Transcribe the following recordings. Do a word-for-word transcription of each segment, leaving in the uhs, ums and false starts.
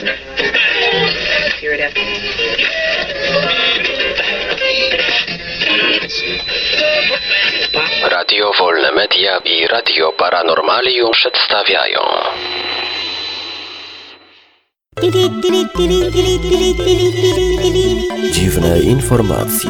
Radio Wolne Media i Radio Paranormalium przedstawiają dziwne informacje.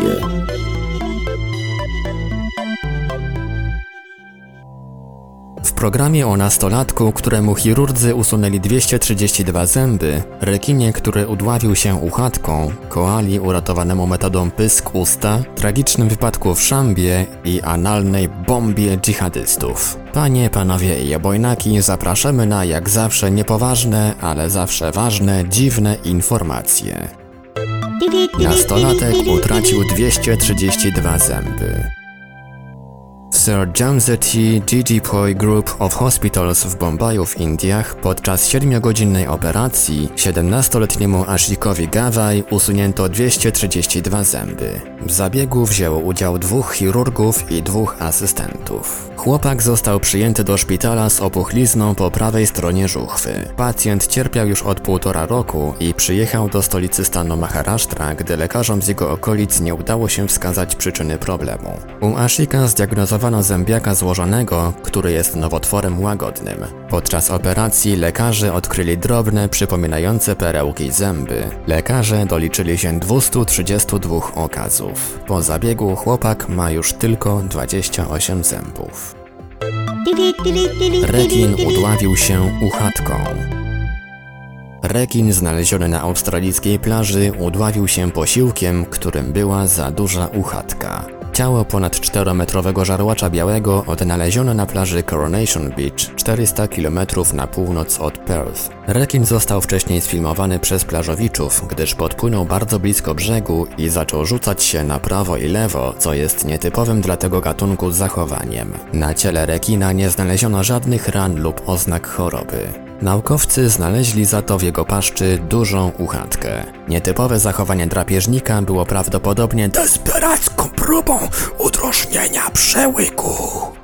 W programie o nastolatku, któremu chirurdzy usunęli dwieście trzydzieści dwa zęby, rekinie, który udławił się uchatką, koali uratowanemu metodą pysk-usta, tragicznym wypadku w Szambie i analnej bombie dżihadystów. Panie, panowie i obojnaki, zapraszamy na jak zawsze niepoważne, ale zawsze ważne, dziwne informacje. Nastolatek utracił dwieście trzydzieści dwa zęby. Sir Jamsetji Jijipoi Group of Hospitals w Bombaju w Indiach podczas siedmiogodzinnej operacji siedemnastoletniemu Ashikowi Gawai usunięto dwieście trzydzieści dwa zęby. W zabiegu wzięło udział dwóch chirurgów i dwóch asystentów. Chłopak został przyjęty do szpitala z opuchlizną po prawej stronie żuchwy. Pacjent cierpiał już od półtora roku i przyjechał do stolicy stanu Maharashtra, gdy lekarzom z jego okolic nie udało się wskazać przyczyny problemu. U Ashika zdiagnozowano zębiaka złożonego, który jest nowotworem łagodnym. Podczas operacji lekarze odkryli drobne, przypominające perełki zęby. Lekarze doliczyli się dwieście trzydzieści dwa okazów. Po zabiegu chłopak ma już tylko dwadzieścia osiem zębów. Rekin udławił się uchatką. Rekin znaleziony na australijskiej plaży udławił się posiłkiem, którym była za duża uchatka. Ciało ponad czterometrowego żarłacza białego odnaleziono na plaży Coronation Beach, czterysta kilometrów na północ od Perth. Rekin został wcześniej sfilmowany przez plażowiczów, gdyż podpłynął bardzo blisko brzegu i zaczął rzucać się na prawo i lewo, co jest nietypowym dla tego gatunku zachowaniem. Na ciele rekina nie znaleziono żadnych ran lub oznak choroby. Naukowcy znaleźli za to w jego paszczy dużą uchatkę. Nietypowe zachowanie drapieżnika było prawdopodobnie desperacką próbą udrożnienia przełyku.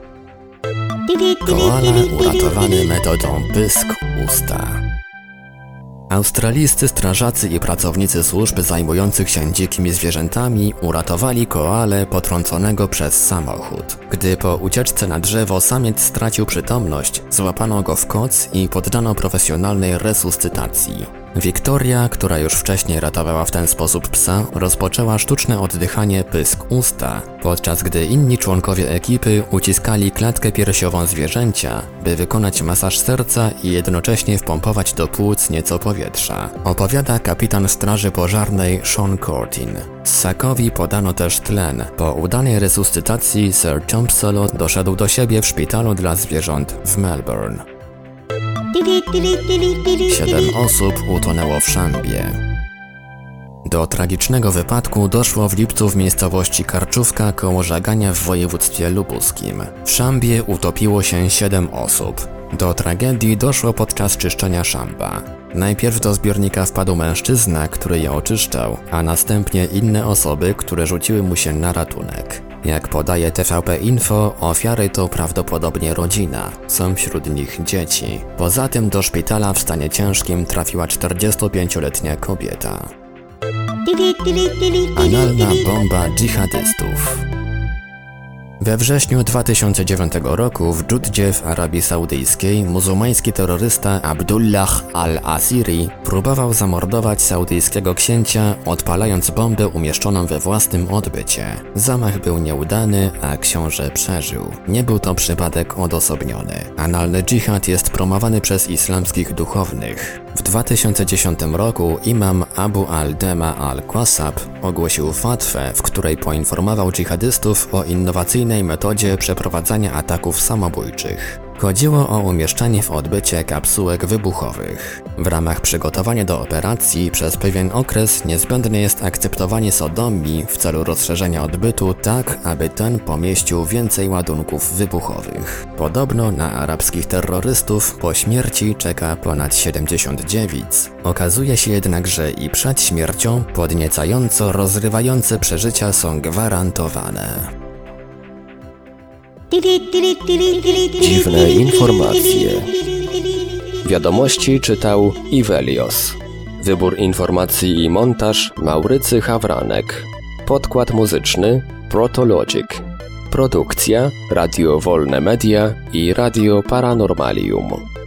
Koala uratowany metodą pysk-usta. Australijscy strażacy i pracownicy służb zajmujących się dzikimi zwierzętami uratowali koalę potrąconego przez samochód. Gdy po ucieczce na drzewo samiec stracił przytomność, złapano go w koc i poddano profesjonalnej resuscytacji. Wiktoria, która już wcześniej ratowała w ten sposób psa, rozpoczęła sztuczne oddychanie pysk-usta, podczas gdy inni członkowie ekipy uciskali klatkę piersiową zwierzęcia, by wykonać masaż serca i jednocześnie wpompować do płuc nieco powietrza. Opowiada kapitan straży pożarnej Sean Cortin. Ssakowi podano też tlen. Po udanej resuscytacji Sir Thompson doszedł do siebie w szpitalu dla zwierząt w Melbourne. Siedem osób utonęło w Szambie. Do tragicznego wypadku doszło w lipcu w miejscowości Karczówka koło Żagania w województwie lubuskim. W Szambie utopiło się siedem osób. Do tragedii doszło podczas czyszczenia szamba. Najpierw do zbiornika wpadł mężczyzna, który je oczyszczał, a następnie inne osoby, które rzuciły mu się na ratunek. Jak podaje T V P Info, ofiary to prawdopodobnie rodzina, są wśród nich dzieci. Poza tym do szpitala w stanie ciężkim trafiła czterdziestopięcioletnia kobieta. Analna bomba dżihadystów. We wrześniu dwa tysiące dziewiątego roku w Dżuddzie w Arabii Saudyjskiej muzułmański terrorysta Abdullah al-Asiri próbował zamordować saudyjskiego księcia, odpalając bombę umieszczoną we własnym odbycie. Zamach był nieudany, a książę przeżył. Nie był to przypadek odosobniony. Analny dżihad jest promowany przez islamskich duchownych. W dwa tysiące dziesiątym roku imam Abu al-Dema al-Qasab ogłosił fatwę, w której poinformował dżihadystów o innowacyjnej metodzie przeprowadzania ataków samobójczych. Chodziło o umieszczanie w odbycie kapsułek wybuchowych. W ramach przygotowania do operacji przez pewien okres niezbędne jest akceptowanie sodomii w celu rozszerzenia odbytu tak, aby ten pomieścił więcej ładunków wybuchowych. Podobno na arabskich terrorystów po śmierci czeka ponad siedemdziesiąt dziewic. Okazuje się jednak, że i przed śmiercią podniecająco rozrywające przeżycia są gwarantowane. Dziwne informacje. Wiadomości czytał Ivelios. Wybór informacji i montaż Maurycy Hawranek. Podkład muzyczny Protologic. Produkcja Radio Wolne Media i Radio Paranormalium.